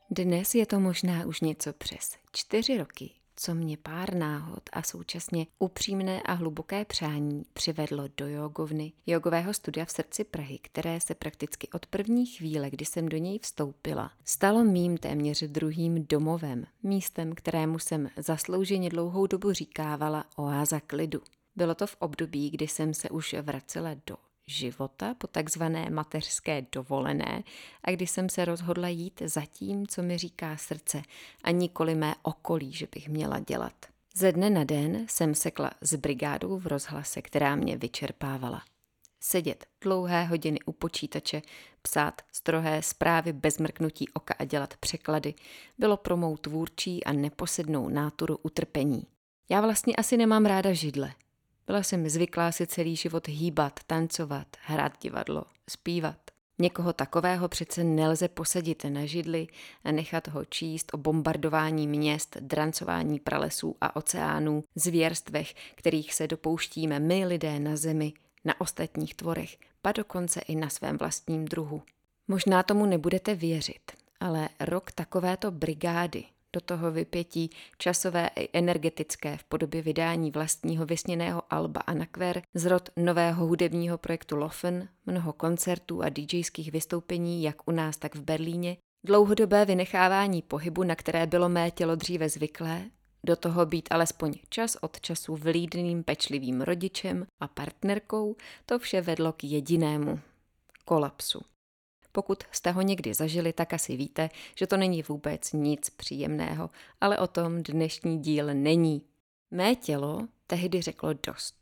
Dnes je to možná už něco přes 4 roky, co mě pár náhod a současně upřímné a hluboké přání přivedlo do jogovny, jogového studia v srdci Prahy, které se prakticky od první chvíle, kdy jsem do něj vstoupila, stalo mým téměř druhým domovem, místem, kterému jsem zaslouženě dlouhou dobu říkávala oáza klidu. Bylo to v období, kdy jsem se už vracela do života po takzvané mateřské dovolené a kdy jsem se rozhodla jít za tím, co mi říká srdce a nikoli mé okolí, že bych měla dělat. Ze dne na den jsem sekla s brigádou v rozhlase, která mě vyčerpávala. Sedět dlouhé hodiny u počítače, psát strohé zprávy bez mrknutí oka a dělat překlady bylo pro mou tvůrčí a neposednou náturu utrpení. Já vlastně asi nemám ráda židle. Byla jsem zvyklá si celý život hýbat, tancovat, hrát divadlo, zpívat. Někoho takového přece nelze posadit na židli a nechat ho číst o bombardování měst, drancování pralesů a oceánů, zvěrstvech, kterých se dopouštíme my lidé na zemi, na ostatních tvorech, pa dokonce i na svém vlastním druhu. Možná tomu nebudete věřit, ale rok takovéto brigády, do toho vypětí časové i energetické v podobě vydání vlastního vysněného alba Anakver, zrod nového hudebního projektu Lofen, mnoho koncertů a DJských vystoupení jak u nás, tak v Berlíně, dlouhodobé vynechávání pohybu, na které bylo mé tělo dříve zvyklé, do toho být alespoň čas od času vlídným pečlivým rodičem a partnerkou, to vše vedlo k jedinému kolapsu. Pokud jste ho někdy zažili, tak asi víte, že to není vůbec nic příjemného, ale o tom dnešní díl není. Mé tělo tehdy řeklo dost.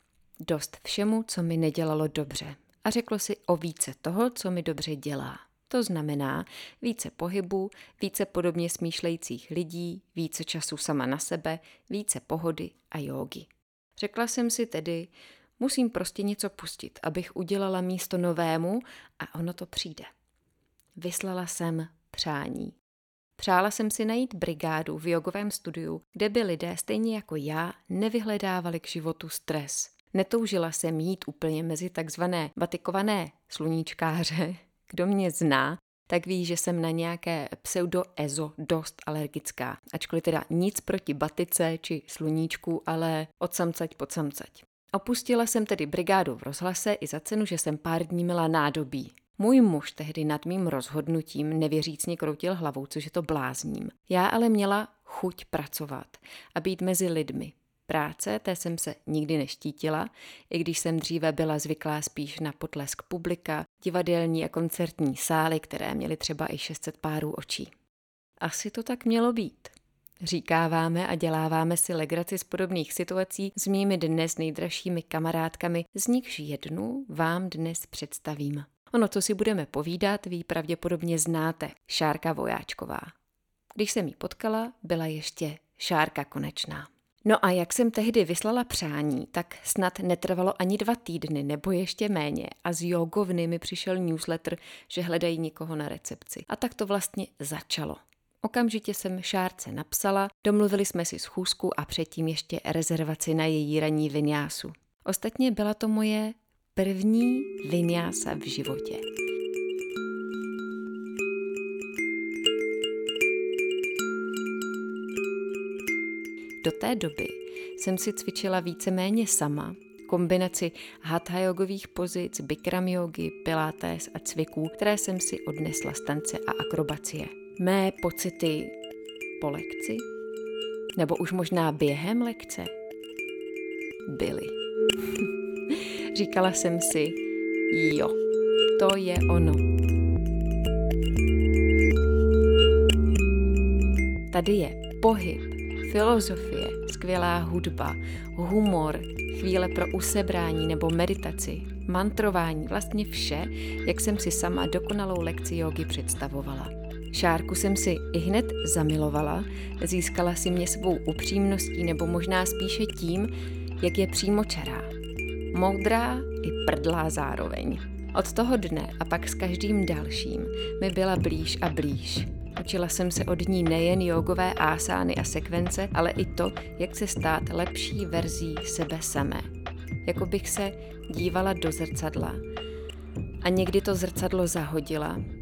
Dost všemu, co mi nedělalo dobře. A řeklo si o více toho, co mi dobře dělá. To znamená více pohybu, více podobně smýšlejících lidí, více času sama na sebe, více pohody a jógy. Řekla jsem si tedy, musím prostě něco pustit, abych udělala místo novému a ono to přijde. Vyslala jsem přání. Přála jsem si najít brigádu v jogovém studiu, kde by lidé stejně jako já nevyhledávali k životu stres. Netoužila jsem jít úplně mezi takzvané batikované sluníčkáře. Kdo mě zná, tak ví, že jsem na nějaké pseudo-ezo dost alergická. Ačkoliv teda nic proti batice či sluníčku, ale od samcať pod samcať. Opustila jsem tedy brigádu v rozhlase i za cenu, že jsem pár dní měla nádobí. Můj muž tehdy nad mým rozhodnutím nevěřícně kroutil hlavou, což je to blázním. Já ale měla chuť pracovat a být mezi lidmi. Práce, té jsem se nikdy neštítila, i když jsem dříve byla zvyklá spíš na potlesk publika, divadelní a koncertní sály, které měly třeba i 600 párů očí. Asi to tak mělo být. Říkáváme a děláváme si legraci z podobných situací s mými dnes nejdražšími kamarádkami, z nichž jednu vám dnes představím. Ono, co si budeme povídat, vy pravděpodobně znáte, Šárka Vojáčková. Když jsem ji potkala, byla ještě Šárka Konečná. No a jak jsem tehdy vyslala přání, tak snad netrvalo ani 2 týdny nebo ještě méně a z jogovny mi přišel newsletter, že hledají někoho na recepci. A tak to vlastně začalo. Okamžitě jsem Šárce napsala, domluvili jsme si schůzku a předtím ještě rezervaci na její ranní vinyásu. Ostatně byla to moje první vinyása v životě. Do té doby jsem si cvičila víceméně sama, kombinaci hatha jogových pozic, bikram jogy, pilates a cviků, které jsem si odnesla z tance a akrobacie. Mé pocity po lekci? Nebo už možná během lekce? Byly. Říkala jsem si, jo, to je ono. Tady je pohyb, filozofie, skvělá hudba, humor, chvíle pro usebrání nebo meditaci, mantrování, vlastně vše, jak jsem si sama dokonalou lekci jógy představovala. Šárku jsem si ihned zamilovala, získala si mě svou upřímností nebo možná spíše tím, jak je přímočará. Moudrá i prdlá zároveň. Od toho dne a pak s každým dalším mi byla blíž a blíž. Učila jsem se od ní nejen jogové ásány a sekvence, ale i to, jak se stát lepší verzí sebe samé. Jako bych se dívala do zrcadla a někdy to zrcadlo zahodila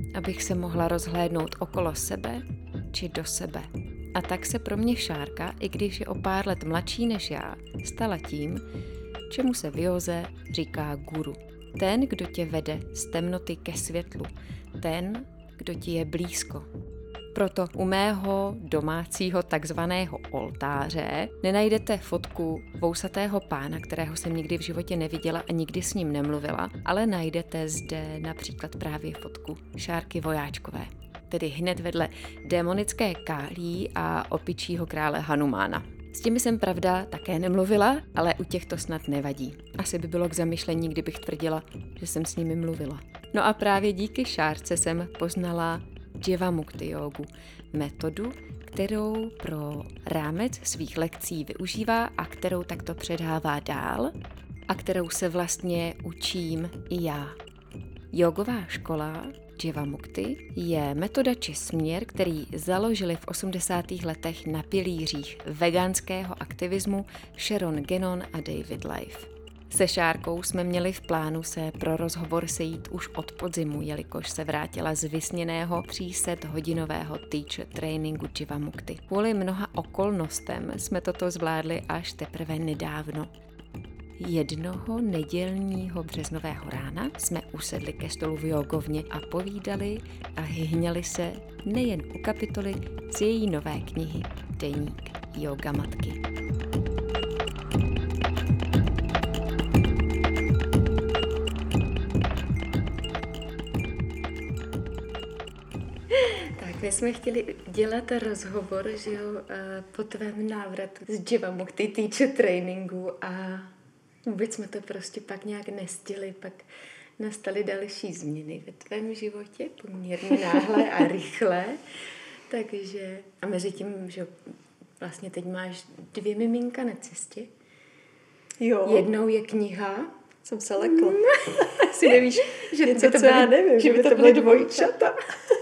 abych se mohla rozhlédnout okolo sebe či do sebe. A tak se pro mě Šárka, i když je o pár let mladší než já, stala tím, čemu se v józe říká guru. Ten, kdo tě vede z temnoty ke světlu. Ten, kdo ti je blízko. Proto u mého domácího takzvaného oltáře nenajdete fotku vousatého pána, kterého jsem nikdy v životě neviděla a nikdy s ním nemluvila, ale najdete zde například právě fotku Šárky Vojáčkové, tedy hned vedle démonické Kálí a opičího krále Hanumána. S těmi jsem pravda také nemluvila, ale u těch to snad nevadí. Asi by bylo k zamyšlení, kdybych tvrdila, že jsem s nimi mluvila. No a právě díky Šárce jsem poznala Jivamukti jógu, metodu, kterou pro rámec svých lekcí využívá a kterou takto předává dál a kterou se vlastně učím i já. Jógová škola Jivamukti je metoda či směr, který založili v 80. letech na pilířích veganského aktivismu Sharon Gannon a David Life. Se Šárkou jsme měli v plánu se pro rozhovor sejít už od podzimu, jelikož se vrátila z vysněného 300hodinového teacher tréninku Jivamukti. Kvůli mnoha okolnostem jsme toto zvládli až teprve nedávno. Jednoho nedělního březnového rána jsme usedli ke stolu v jógovně a povídali a hyhněli se nejen u kapitoly z její nové knihy Deník jóga matky. Tak my jsme chtěli dělat rozhovor, že jo, po tvém návratu z Jivamukti teacher tréninku a vůbec jsme to prostě pak nějak nestihli, pak nastaly další změny ve tvém životě, poměrně náhle a rychle, takže a mezi tím, že vlastně teď máš 2 miminka na cestě. Jo. Jednou je kniha. Jsem se lekla. Asi nevíš, že něco, by to co já nevím, že by to byly dvojčata.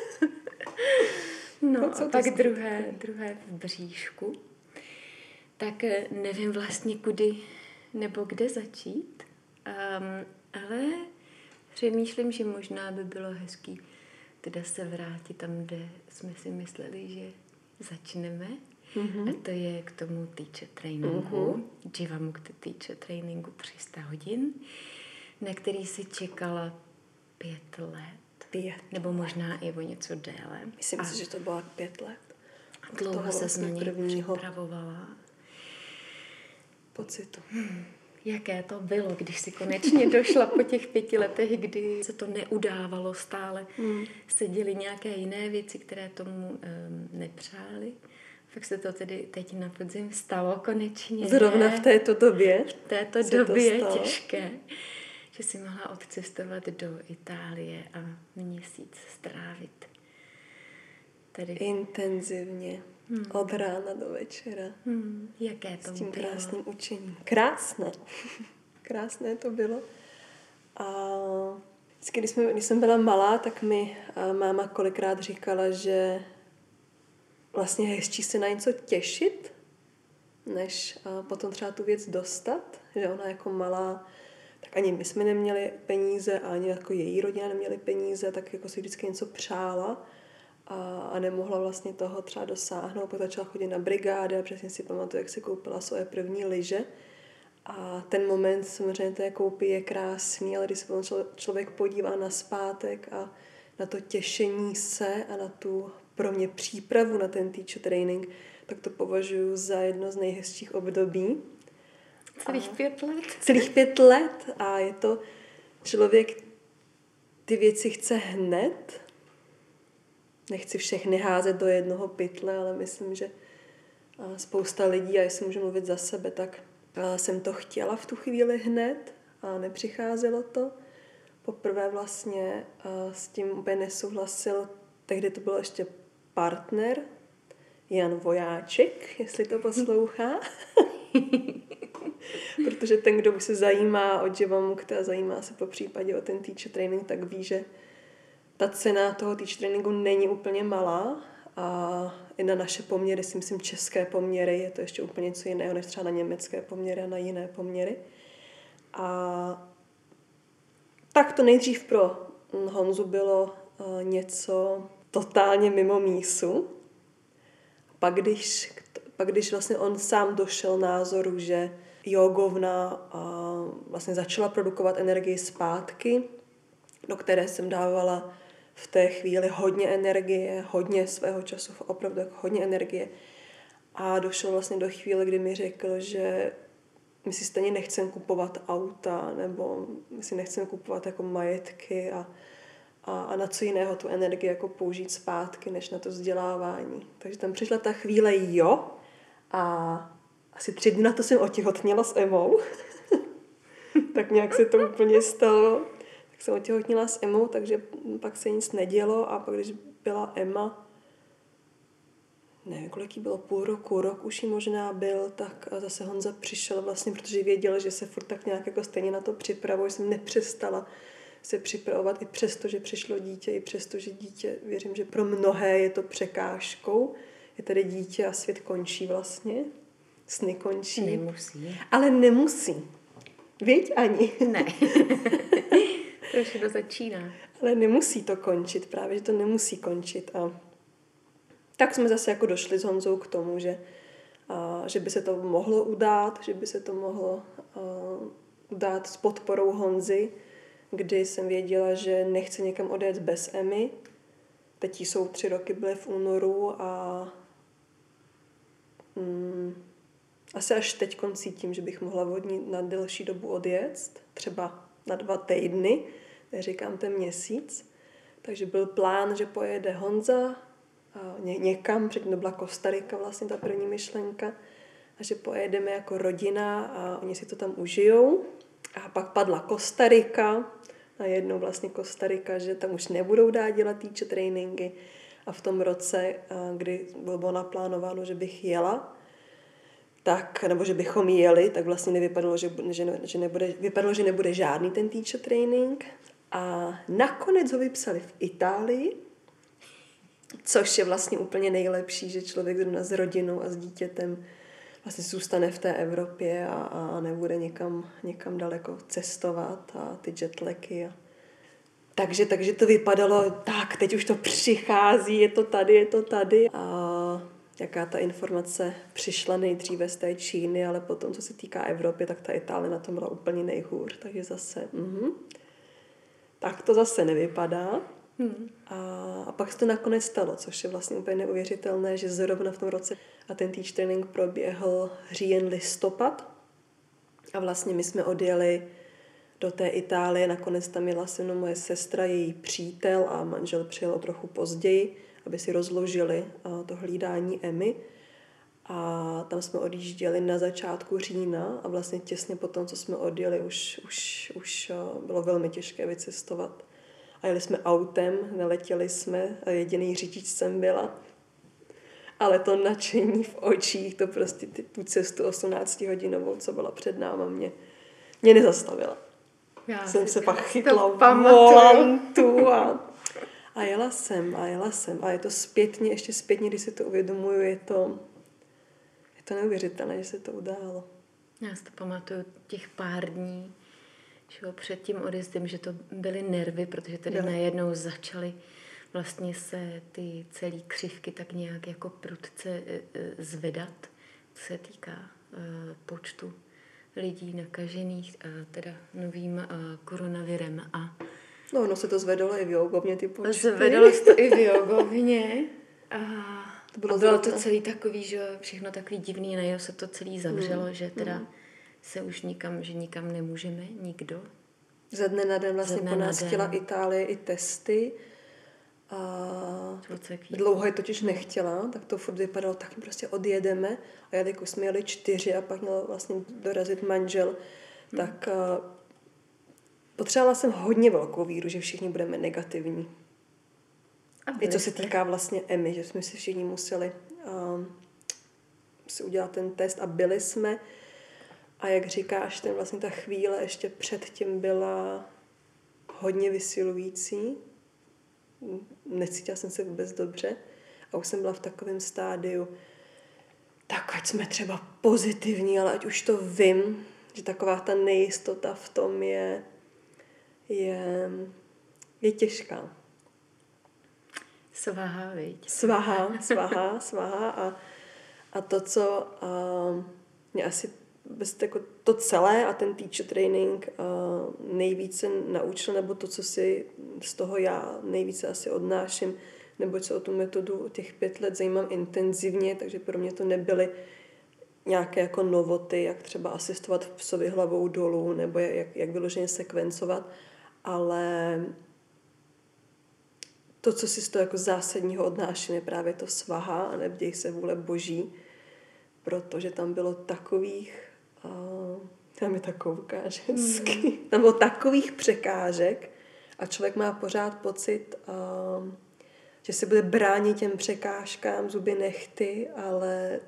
No a pak druhé v bříšku. Tak nevím vlastně kudy nebo kde začít, ale přemýšlím, že možná by bylo hezký teda se vrátit tam, kde jsme si mysleli, že začneme. Mm-hmm. A to je k tomu teacher tréninku, Jivamukti teacher tréninku 300 hodin, na který si čekala 5 let. 5 nebo možná i o něco déle. Myslím si, že to bylo 5 let. Dlouho se na něj připravovala. Pocitu. Jaké to bylo, když si konečně došla po těch 5 letech, kdy se to neudávalo stále. Se děly nějaké jiné věci, které tomu nepřáli. Fakt se to tedy teď na podzim stalo konečně. Zrovna v této době? V této době těžké. Že si mohla odcestovat do Itálie a měsíc strávit tady. Intenzivně. Od rána do večera. Jaké to bylo? S tím krásným učením. Krásné. Krásné to bylo. A vždycky, když jsem byla malá, tak mi máma kolikrát říkala, že vlastně hezčí se na něco těšit, než potom třeba tu věc dostat. Že ona jako malá, tak ani my jsme neměli peníze, a ani jako její rodina neměli peníze, tak jako si vždycky něco přála a nemohla vlastně toho třeba dosáhnout. Pak začala chodit na brigády a přesně si pamatuju, jak si koupila svoje první lyže. A ten moment samozřejmě té koupy je krásný, ale když se potom člověk podívá na zpátek a na to těšení se a na tu pro mě přípravu na ten teacher training, tak to považuji za jedno z nejhezčích období. Celých 5 let. Celých 5 let a je to, člověk ty věci chce hned. Nechci všechny házet do jednoho pytle, ale myslím, že spousta lidí, a jestli můžu mluvit za sebe, tak jsem to chtěla v tu chvíli hned a nepřicházelo to. Poprvé vlastně s tím úplně nesouhlasil, tehdy to byl ještě partner, Jan Vojáček, jestli to poslouchá. Protože ten, kdo se zajímá o Jivamukti a zajímá se po případě o ten teacher training, tak ví, že ta cena toho teacher trainingu není úplně malá a i na naše poměry, si myslím české poměry, je to ještě úplně něco jiného, než třeba na německé poměry a na jiné poměry. A tak to nejdřív pro Honzu bylo něco totálně mimo mísu. Pak když vlastně on sám došel názoru, že jogovna vlastně začala produkovat energii zpátky, do které jsem dávala v té chvíli hodně energie, hodně svého času, opravdu hodně energie. A došel vlastně do chvíle, kdy mi řekl, že my si stejně nechceme kupovat auta, nebo my si nechceme kupovat jako majetky a na co jiného tu energii jako použít zpátky, než na to vzdělávání. Takže tam přišla ta chvíle a asi 3 dny na to jsem otěhotněla s Emou. Tak nějak se to úplně stalo. Tak jsem otěhotněla s Emou, takže pak se nic nedělo a pak když byla Emma, nevím, kolik jí bylo, půl roku, rok už jí možná byl, tak zase Honza přišel vlastně, protože věděl, že se furt tak nějak jako stejně na to připravuje, jsem nepřestala se připravovat i přesto, že přišlo dítě, i přesto, že dítě, věřím, že pro mnohé je to překážkou. Je tady dítě a svět končí vlastně. Sny končí. Nemusí. Ale nemusí. Viď, Ani? Ne. To všechno začíná. Ale nemusí to končit, právě, že to nemusí končit. A tak jsme zase jako došli s Honzou k tomu, že by se to mohlo udát, že by se to mohlo udát s podporou Honzy, kdy jsem věděla, že nechce někam odjet bez Emy. Teď jsou 3 roky, byly v únoru a asi až teď cítím, že bych mohla od ní na delší dobu odjet, třeba na 2 týdny, neříkám ten měsíc. Takže byl plán, že pojede Honza někam, předtím to byla Kostarika vlastně ta první myšlenka, a že pojedeme jako rodina a oni si to tam užijou. A pak padla Kostarika, a jednou vlastně Kostarika, že tam už nebudou dát dělat teacher tréninky. A v tom roce, kdy bylo naplánováno, že bych jela, nebo že bychom jeli, tak vlastně nevypadalo, vypadalo, že nebude žádný ten teacher training. A nakonec ho vypsali v Itálii, což je vlastně úplně nejlepší, že člověk zrovna s rodinou a s dítětem vlastně zůstane v té Evropě a nebude někam daleko cestovat a ty jetlagy. Takže to vypadalo tak, teď už to přichází, je to tady. A jaká ta informace přišla nejdříve z té Číny, ale potom, co se týká Evropy, tak ta Itálie na tom byla úplně nejhůř. Takže zase, tak to zase nevypadá. A pak se to nakonec stalo, což je vlastně úplně neuvěřitelné, že zrovna v tom roce a ten teach training proběhl říjen, listopad. A vlastně my jsme odjeli do té Itálie, nakonec tam jela se mnou moje sestra, její přítel a manžel přijel trochu později, aby si rozložili to hlídání Emy. A tam jsme odjížděli na začátku října a vlastně těsně potom, co jsme odjeli, už bylo velmi těžké vycestovat. A jeli jsme autem, neletěli jsme a jediný řidič jsem byla. Ale to nadšení v očích, to prostě tu cestu 18hodinovou, co byla před náma, mě nezastavila. Já jsem se pak chytla v volantu a jela jsem. A je to ještě zpětně, když si to uvědomuju, je to neuvěřitelné, že se to událo. Já si to pamatuju těch pár dní, před tím odjezdem, že to byly nervy, protože tady najednou začaly vlastně se ty celé křivky tak nějak jako prudce zvedat, co se týká počtu lidí nakažených teda novým koronavirem. No, se to zvedalo i v jogovně, ty počty. Zvedalo se to i v jogovně. A bylo to celý takový, že všechno takový divný, najednou se to celý zavřelo, že teda se už nikam nemůžeme, nikdo. Ze dne na den vlastně po nás chtěla Itálie i testy. A dlouho je totiž nechtěla, tak to furt vypadalo, tak prostě odjedeme. A jelikož jsme jeli 4 a pak měl vlastně dorazit manžel, tak potřebovala jsem hodně velkou víru, že všichni budeme negativní. I co se týká vlastně Emy, že jsme si všichni museli si udělat ten test a byli jsme. A jak říkáš, vlastně ta chvíle ještě předtím byla hodně vysilující. Necítila jsem se vůbec dobře a už jsem byla v takovém stádiu, tak ať jsme třeba pozitivní, ale ať už to vím, že taková ta nejistota v tom je těžká. Svaha, viď? Svaha a to, co mě asi jako to celé a ten teacher training nejvíce naučil, nebo to, co si z toho já nejvíce asi odnáším, nebo co o tu metodu těch 5 let zajímám intenzivně, takže pro mě to nebyly nějaké jako novoty, jak třeba asistovat v psovi hlavou dolů, nebo jak vyloženě sekvencovat, ale to, co si z toho jako zásadního odnáším, je právě to svaha a nevděj se vůle Boží, protože tam bylo takových, tam je tak koukáš hezky, tam bylo takových překážek a člověk má pořád pocit, že se bude bránit těm překážkám zuby nehty, ale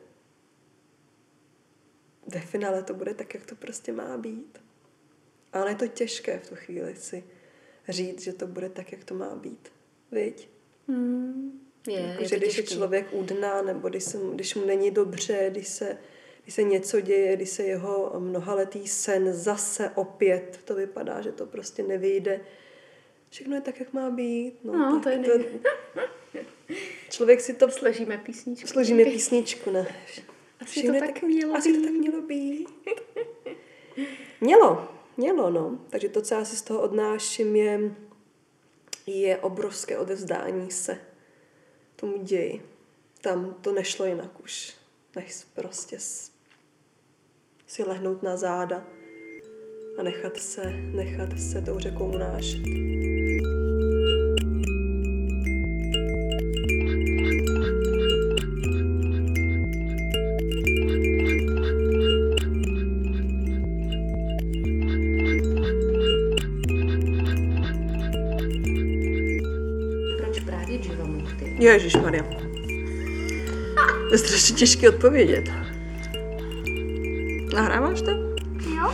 ve finále to bude tak, jak to prostě má být. Ale je to těžké v tu chvíli si říct, že to bude tak, jak to má být. Viď? Že když je člověk udná, nebo když mu není dobře, když se něco děje, když se jeho mnohaletý sen zase opět, to vypadá, že to prostě nevyjde. Všechno je tak, jak má být. No to je člověk si to... Složíme písničku, ne. Asi to tak mělo být. Mělo, no. Takže to, co já si z toho odnáším, je obrovské odevzdání se tomu ději. Tam to nešlo jinak už, než prostě si lehnout na záda a nechat se tou řekou unášet. Ježišmarja. Je strašně těžké odpovědět. Nahráváš to? Jo.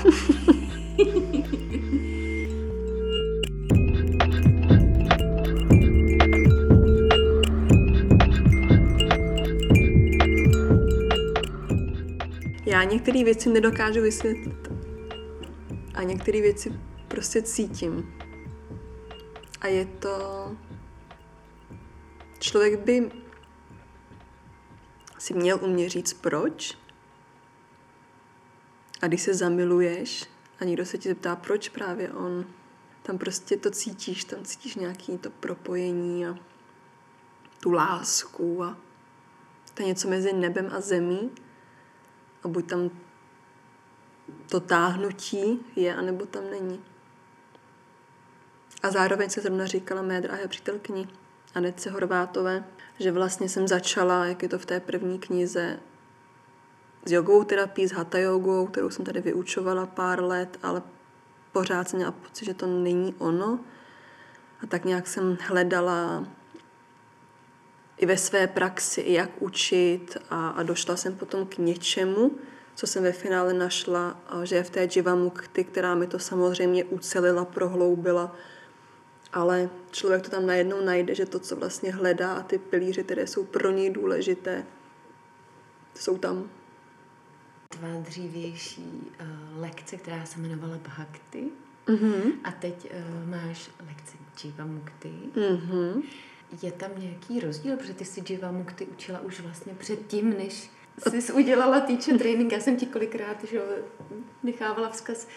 Já některé věci nedokážu vysvětlit. A některé věci prostě cítím. A je to... Člověk by si měl umět říct proč. A když se zamiluješ a někdo se ti zeptá, proč právě on, tam prostě to cítíš, tam cítíš nějaké to propojení a tu lásku a to je něco mezi nebem a zemí. A buď tam to táhnutí je, anebo tam není. A zároveň se zrovna říkala mé drahé přítelkyni Anetce Horvátové, že vlastně jsem začala, jak je to v té první knize, s jogovou terapií, s hatha jogou, kterou jsem tady vyučovala pár let, ale pořád jsem měla pocit, že to není ono. A tak nějak jsem hledala i ve své praxi, i jak učit a došla jsem potom k něčemu, co jsem ve finále našla, že je v té Jivamukti, která mi to samozřejmě ucelila, prohloubila, ale člověk to tam najednou najde, že to, co vlastně hledá a ty pilíře, které jsou pro něj důležité, jsou tam. Tvá dřívější lekce, která se jmenovala Bhakti, a teď máš lekci Jivamukti. Je tam nějaký rozdíl, protože ty si Jivamukti učila už vlastně předtím, než jsi udělala teacher training. Já jsem ti kolikrát nechávala vzkaz.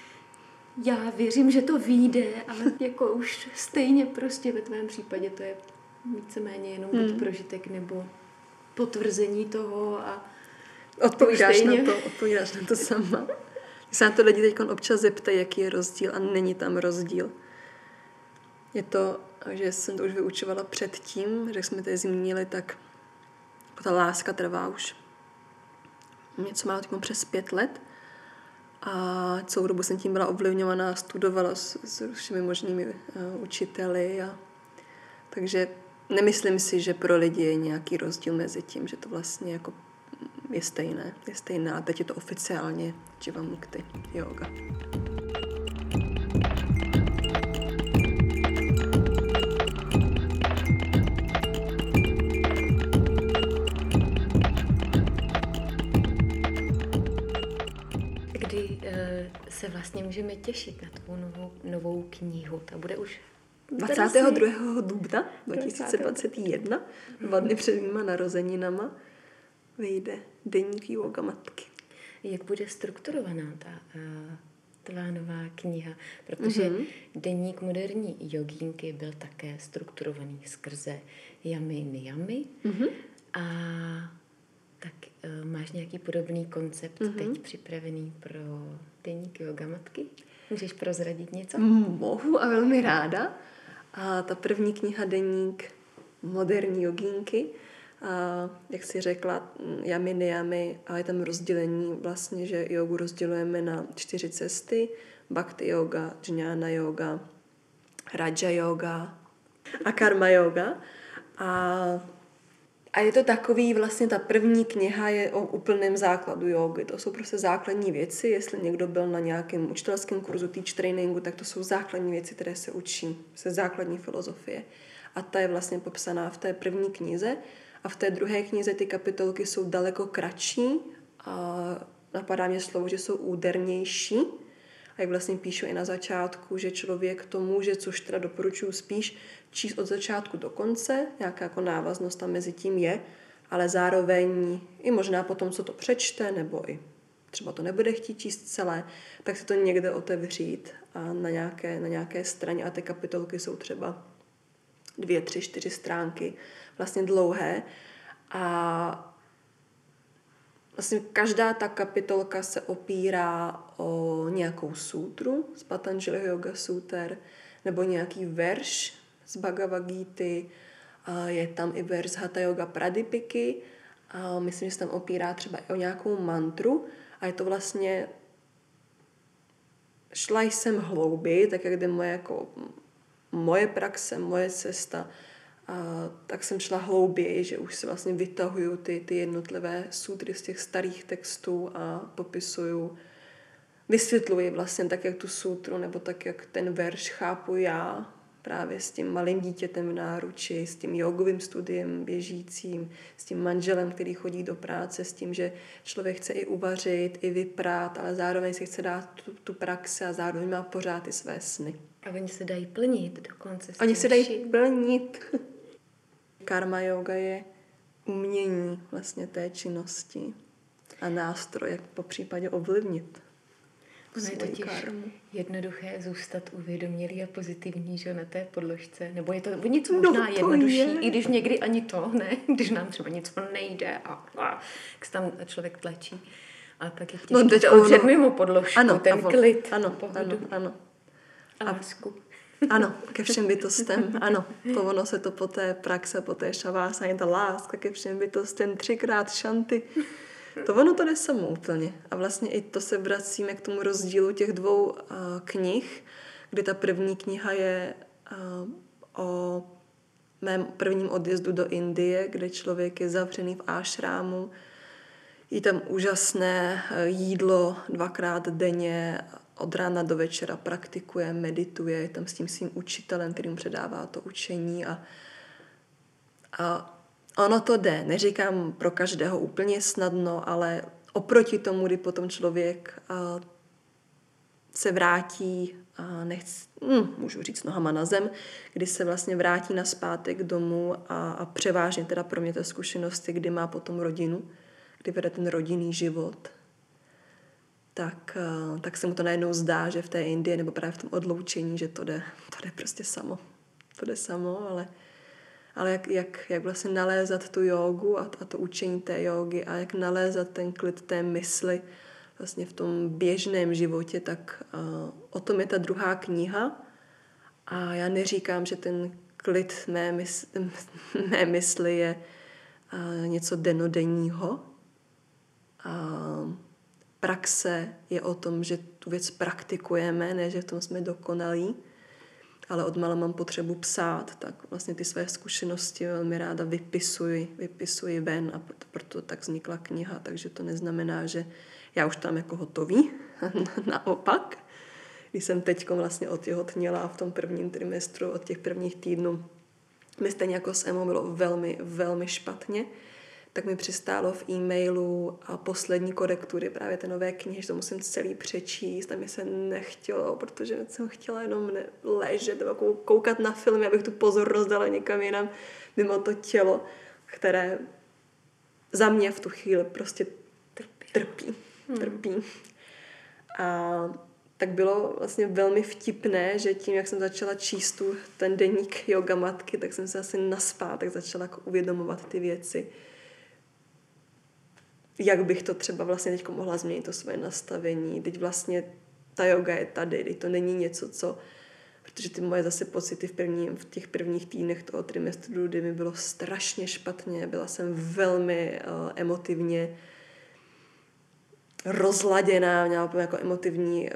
Já věřím, že to vyjde, ale jako už stejně prostě ve tvém případě to je víceméně jenom buď prožitek nebo potvrzení toho a odpovídáš na to sama. Když se na to lidi teď občas zeptají, jaký je rozdíl a není tam rozdíl. Je to, že jsem to už vyučovala předtím, že jak jsme tady zmínili, tak ta láska trvá už něco málo přes 5 let. A celou dobu jsem tím byla ovlivňovaná, studovala s všemi možnými učiteli. Takže nemyslím si, že pro lidi je nějaký rozdíl mezi tím, že to vlastně jako je stejné. A teď je to oficiálně Jivamukti yoga. Kdy se vlastně můžeme těšit na tvou novou knihu? Ta bude už 22. dubna 2021, 2 dny před mýma narozeninama, vyjde deník Jóga matky. Jak bude strukturovaná ta tvá nová kniha? Protože deník moderní jogínky byl také strukturovaný skrze yamy niyamy. A tak máš nějaký podobný koncept teď připravený pro deník Jóga matky? Můžeš prozradit něco? Mohu a velmi ráda. A ta první kniha deník moderní jogínky, a jak jsi řekla, yamy niyamy, a je tam rozdělení vlastně, že jogu rozdělujeme na 4 cesty: bhakti yoga, jnana yoga, raja yoga a karma yoga. A je to takový, vlastně ta první kniha je o úplném základu jogy. To jsou prostě základní věci. Jestli někdo byl na nějakém učitelském kurzu teach trainingu, tak to jsou základní věci, které se učí, se základní filozofie. A ta je vlastně popsaná v té první knize. A v té druhé knize ty kapitolky jsou daleko kratší. A napadá mě slovo, že jsou údernější. A jak vlastně píšu i na začátku, že člověk to může, což teda doporučuji spíš, číst od začátku do konce, nějaká jako návaznost tam mezi tím je, ale zároveň i možná potom, co to přečte, nebo i třeba to nebude chtít číst celé, tak si to někde otevřít a na nějaké straně, a ty kapitolky jsou třeba 2, 3, 4 stránky vlastně dlouhé. A vlastně každá ta kapitolka se opírá o nějakou sutru z Patanjaliho Yoga Suter nebo nějaký verš z Bhagavad Gity. Je tam i verš z Hatha Yoga Pradipiky. Myslím, že se tam opírá třeba i o nějakou mantru. A je to vlastně... Šla jsem hlouběji, tak jak jde moje praxe, moje cesta. Tak jsem šla hlouběji, že už se vlastně vytahuju ty jednotlivé sutry z těch starých textů a popisuju, vysvětluji vlastně tak, jak tu sutru, nebo tak, jak ten verš chápu já, právě s tím malým dítětem v náruči, s tím jogovým studiem běžícím, s tím manželem, který chodí do práce, s tím, že člověk chce i uvařit, i vyprát, ale zároveň si chce dát tu praxi a zároveň má pořád i své sny. A oni se dají plnit dokonce. Oni se dají plnit. Karma yoga je umění vlastně té činnosti a nástroj, jak po případě ovlivnit ono je totiž jednoduché zůstat uvědomělý a pozitivní, že na té podložce. Nebo je to něco možná jednodušší, i když někdy ani to, ne? Když nám třeba něco nejde a jak se tam člověk tlačí. A pak je těžké udržet mimo podložku, ten klid, pohodu a lásku. Ano, ke všem bytostem, ano. Ono se to po té praxe, po té šavásaně, ta láska ke všem bytostem, 3x šanty. Ono to jde samo úplně. A vlastně i to se vracíme k tomu rozdílu těch 2 knih, kdy ta první kniha je o mém prvním odjezdu do Indie, kde člověk je zavřený v ášrámu, jí tam úžasné jídlo 2x denně, od rána do večera praktikuje, medituje, je tam s tím svým učitelem, který mu předává to učení a ono to jde. Neříkám pro každého úplně snadno, ale oproti tomu, kdy potom člověk se vrátí, můžu říct nohama na zem, kdy se vlastně vrátí nazpátek domů a převážně teda pro mě to zkušenosti, kdy má potom rodinu, kdy vede ten rodinný život, tak se mu to najednou zdá, že v té Indii nebo právě v tom odloučení, že to jde prostě samo. To jde samo, ale jak vlastně nalézat tu jógu a to učení té jógy a jak nalézat ten klid té mysli vlastně v tom běžném životě, tak o tom je ta druhá kniha. A já neříkám, že ten klid mé mysli je něco denodenního. Praxe je o tom, že tu věc praktikujeme, ne, že v tom jsme dokonalí, ale odmala mám potřebu psát, tak vlastně ty své zkušenosti velmi ráda vypisuji ven a proto tak vznikla kniha, takže to neznamená, že já už tam jako hotový. Naopak, když jsem teďko vlastně otěhotněla v tom prvním trimestru, od těch prvních týdnů, mi stejně jako s Emou bylo velmi, velmi špatně, tak mi přistálo v e-mailu a poslední korektury právě té nové knihy, že to musím celý přečíst a mi se nechtělo, protože jsem chtěla jenom ležet nebo koukat na filmy, abych tu pozornost dala někam jinam mimo to tělo, které za mě v tu chvíli prostě trpí. A tak bylo vlastně velmi vtipné, že tím, jak jsem začala číst ten deník yoga matky, tak jsem se asi naspátek začala jako uvědomovat ty věci. Jak bych to třeba vlastně teď mohla změnit, to svoje nastavení. Teď vlastně ta yoga je tady, teď to není něco, co... Protože ty moje zase pocity v těch prvních týdnech toho trimestru, kdy mi bylo strašně špatně, byla jsem velmi emotivně rozladěná, měla jako emotivní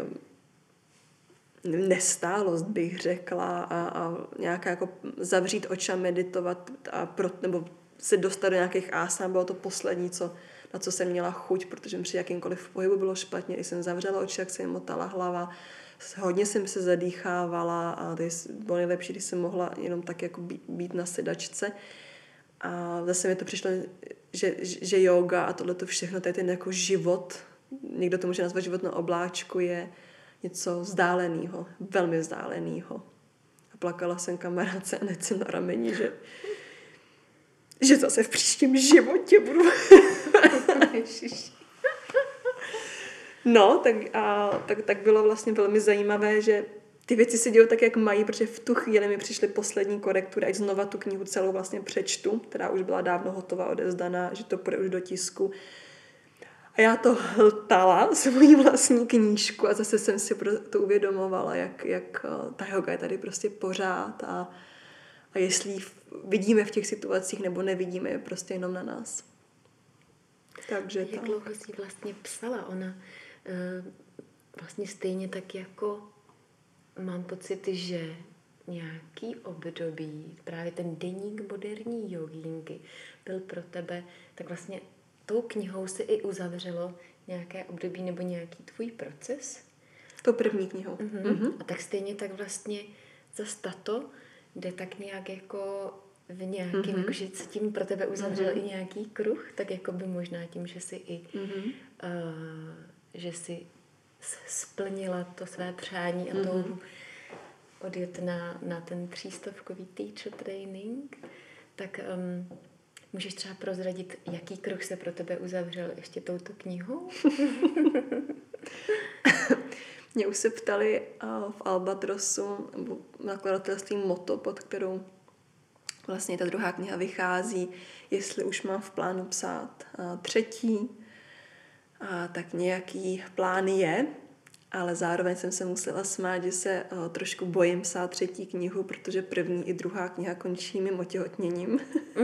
nestálost, bych řekla, a nějaká jako zavřít oči a meditovat nebo se dostat do nějakých asán, bylo to poslední, na co jsem měla chuť, protože při jakýmkoliv pohybu bylo špatně, když jsem zavřela oči, jak se mi motala hlava, hodně jsem se zadýchávala a to bylo nejlepší, když jsem mohla jenom tak jako být na sedačce. A zase mi to přišlo, že yoga a tohleto všechno, to je ten jako život, někdo to může nazvat život na obláčku, je něco vzdáleného, velmi vzdáleného. A plakala jsem kamarádce a nechce na rameni, že zase v příštím životě budu... No, tak bylo vlastně velmi zajímavé, že ty věci se dějou tak, jak mají, protože v tu chvíli mi přišly poslední korektury, ať znova tu knihu celou vlastně přečtu, která už byla dávno hotová, odevzdaná, že to půjde už do tisku. A já to hltala, svoji vlastní knížku a zase jsem si to uvědomovala, jak ta yoga je tady prostě pořád a jestli ji vidíme v těch situacích nebo nevidíme, je prostě jenom na nás. Takže jak dlouho jsi vlastně psala? Ona vlastně stejně tak jako mám pocit, že nějaký období, právě ten deník moderní jogínky byl pro tebe, tak vlastně tou knihou se i uzavřelo nějaké období nebo nějaký tvůj proces? To první knihou. Mm-hmm. A tak stejně tak vlastně zas tato jde tak nějak jako v nějakým, jakože se tím pro tebe uzavřel i nějaký kruh, tak jako by možná tím, že si i že si splnila to své přání a touhu odjet na ten 300-kový teacher training, tak můžeš třeba prozradit, jaký kruh se pro tebe uzavřel ještě touto knihou? Mě už se ptali v Albatrosu, nebo nakladatelství Motto, pod kterou vlastně ta druhá kniha vychází, jestli už mám v plánu psát třetí, tak nějaký plán je, ale zároveň jsem se musela smát, že se trošku bojím psát třetí knihu, protože první i druhá kniha končí mým otěhotněním.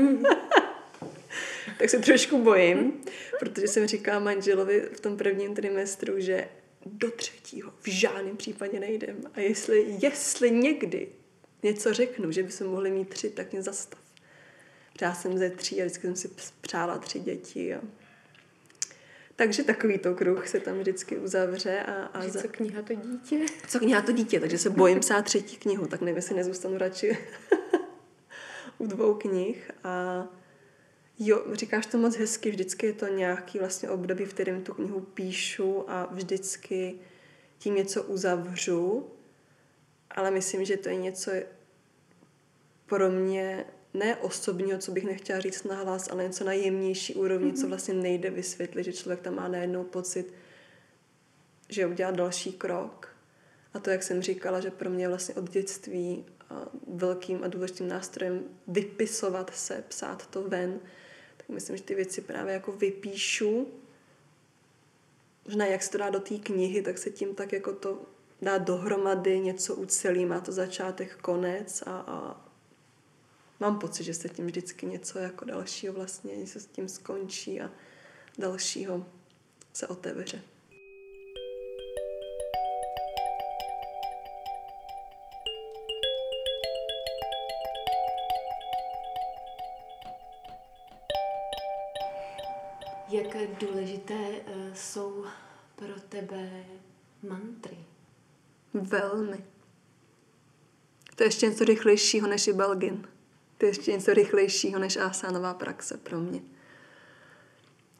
Tak se trošku bojím, protože jsem říkala manželovi v tom prvním trimestru, že do třetího v žádném případě nejdem. A jestli někdy něco řeknu, že by se mohli mít 3, tak mě zastav. Já jsem ze 3 a vždycky jsem si přála 3 děti. Takže takovýto kruh se tam vždycky uzavře. Co kniha to dítě? Co kniha to dítě, takže se bojím psát třetí knihu, tak nevím, jestli nezůstanu radši u 2 knih. A jo, říkáš to moc hezky, vždycky je to nějaký vlastně období, v kterém tu knihu píšu a vždycky tím něco uzavřu, ale myslím, že to je něco pro mě ne osobního, co bych nechtěla říct nahlas, ale něco na jemnější úrovni, co vlastně nejde vysvětlit, že člověk tam má najednou pocit, že udělá další krok. A to, jak jsem říkala, že pro mě je vlastně od dětství velkým a důležitým nástrojem vypisovat se, psát to ven, tak myslím, že ty věci právě jako vypíšu. Možná jak se to dá do té knihy, tak se tím tak jako to dá dohromady, něco ucelí, má to začátek, konec a mám pocit, že se tím vždycky něco jako dalšího vlastně, se s tím skončí a dalšího se otevře. Jak důležité jsou pro tebe mantry? Velmi. To je ještě něco rychlejšího než i Belgin. To je ještě něco rychlejšího než asánová praxe pro mě.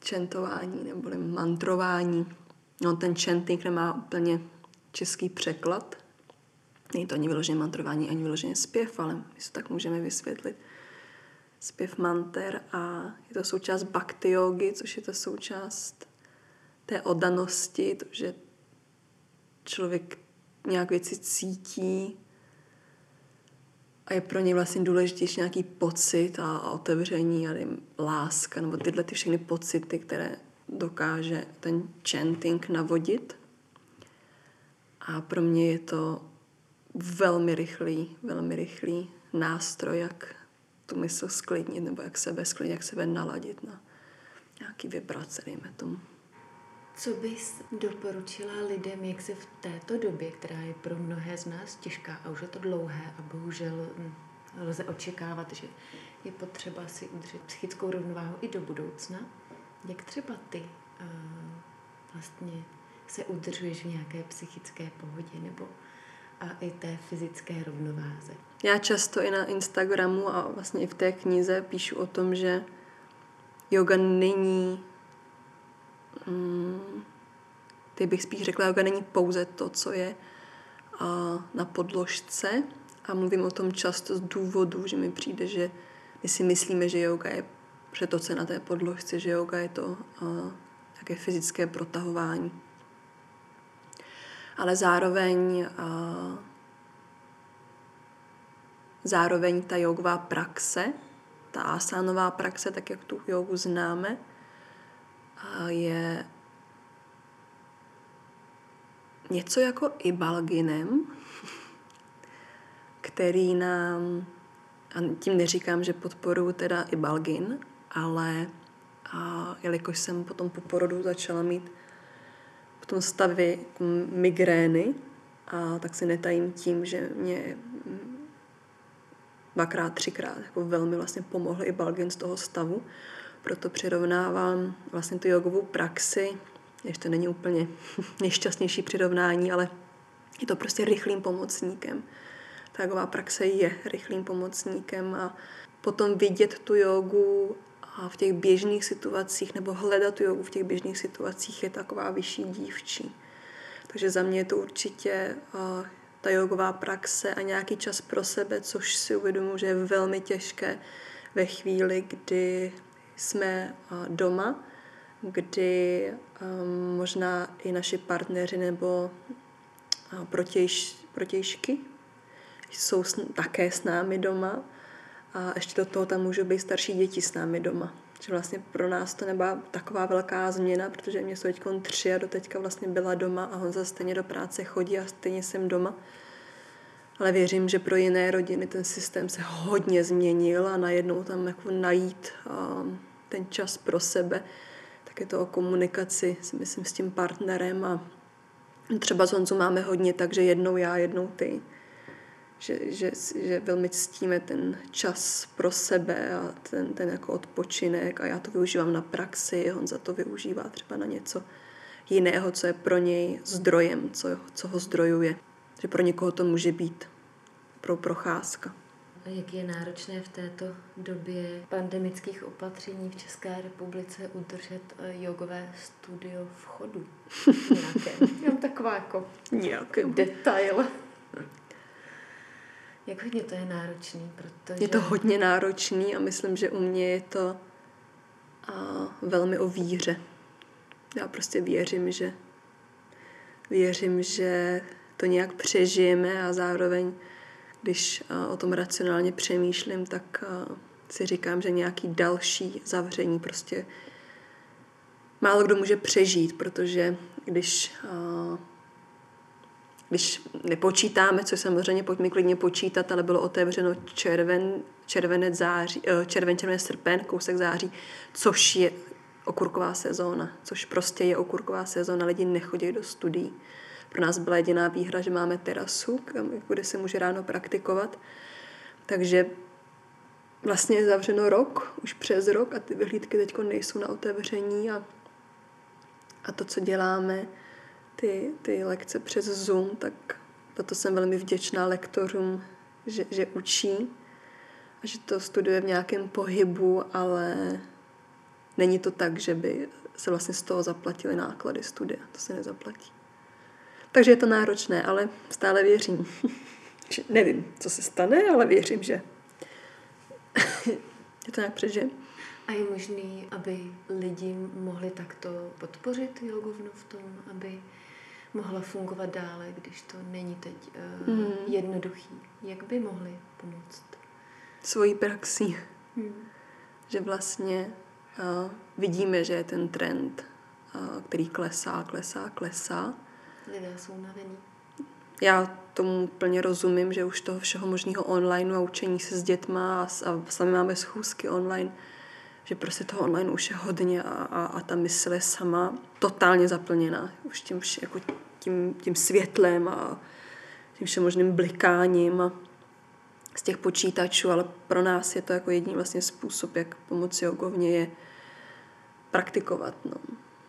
chantování neboli mantrování. No, ten chanting nemá úplně český překlad. Není to ani vyloženě mantrování, ani vyloženě zpěv, ale my to tak můžeme vysvětlit. Zpěv manter a je to součást bhakti jogy, což je to součást té oddanosti, to, že člověk nějak věci cítí a je pro něj vlastně důležitější nějaký pocit a otevření a láska nebo tyhle ty všechny pocity, které dokáže ten chanting navodit. A pro mě je to velmi rychlý nástroj, jak tu mysl sklidnit nebo jak sebe sklidnit, jak sebe naladit na nějaký vibrace, dejme tomu. Co bys doporučila lidem, jak se v této době, která je pro mnohé z nás těžká a už je to dlouhé a bohužel lze očekávat, že je potřeba si udržet psychickou rovnováhu i do budoucna, jak třeba ty vlastně se udržuješ v nějaké psychické pohodě nebo a i té fyzické rovnováze? Já často i na Instagramu a vlastně i v té knize píšu o tom, že yoga není teď bych spíš řekla, yoga není pouze to, co je na podložce a mluvím o tom často z důvodu, že mi přijde, že my si myslíme, že yoga je to, co je na té podložce, že yoga je to nějaké fyzické protahování. Ale zároveň ta jogová praxe, ta asánová praxe, tak jak tu jogu známe, je něco jako ibalginem, který nám, a tím neříkám, že podporuji teda ibalgin, ale jelikož jsem potom po porodu začala mít v tom stavě migrény, tak se netajím tím, že mě 2x, 3x jako velmi vlastně pomohl ibalgin z toho stavu. Proto přirovnávám vlastně tu jogovou praxi, ještě to není úplně nejšťastnější přirovnání, ale je to prostě rychlým pomocníkem. Ta jogová praxe je rychlým pomocníkem a potom vidět tu jogu a v těch běžných situacích nebo hledat tu jogu v těch běžných situacích je taková vyšší dívčí. Takže za mě je to určitě ta jogová praxe a nějaký čas pro sebe, což si uvědomuji, že je velmi těžké ve chvíli, kdy jsme doma, kdy možná i naši partneři nebo protějšky jsou také s námi doma a ještě do toho tam můžou být starší děti s námi doma. Že vlastně pro nás to nebyla taková velká změna, protože mě jsou teď 3 a doteďka vlastně byla doma a Honza stejně do práce chodí a stejně jsem doma. Ale věřím, že pro jiné rodiny ten systém se hodně změnil a najednou tam jako najít ten čas pro sebe, tak je to o komunikaci, si myslím, s tím partnerem a třeba s Honzou máme hodně, takže jednou já, jednou ty. Že velmi ctíme ten čas pro sebe a ten jako odpočinek a já to využívám na praxi, Honza to využívá třeba na něco jiného, co je pro něj zdrojem, co ho zdrojuje. Že pro někoho to může být pro procházka. A jak je náročné v této době pandemických opatření v České republice udržet jogové studio v chodu? Nějakém taková jako detail. Jak hodně to je náročný, protože... Je to hodně náročný a myslím, že u mě je to velmi o víře. Já prostě věřím, že to nějak přežijeme a zároveň, když o tom racionálně přemýšlím, tak si říkám, že nějaký další zavření prostě málo kdo může přežít, protože když nepočítáme, což samozřejmě pojďme klidně počítat, ale bylo otevřeno červen, srpen, kousek září, což je okurková sezóna, což prostě je okurková sezóna, lidi nechodí do studií. Pro nás byla jediná výhra, že máme terasu, kde se může ráno praktikovat, takže vlastně je zavřeno rok, už přes rok a ty vyhlídky teď nejsou na otevření a to, co děláme, ty lekce přes Zoom, tak za to jsem velmi vděčná lektorům, že učí a že to studuje v nějakém pohybu, ale není to tak, že by se vlastně z toho zaplatily náklady studia. To se nezaplatí. Takže je to náročné, ale stále věřím. Nevím, co se stane, ale věřím, že je to nějak přežijem. A je možný, aby lidi mohli takto podpořit jogovnu v tom, aby mohla fungovat dále, když to není teď jednoduchý? Jak by mohli pomoct? Svojí praxí. Že vlastně vidíme, že je ten trend, který klesá. Lidé jsou unavení. Já tomu plně rozumím, že už toho všeho možného online a učení se s dětma a sami máme schůzky online, že prostě toho online už je hodně a ta mysl je sama totálně zaplněná. Už tím světlem a tím všemožným blikáním a z těch počítačů, ale pro nás je to jako jediný vlastně způsob, jak pomoci jogovně je praktikovat. No.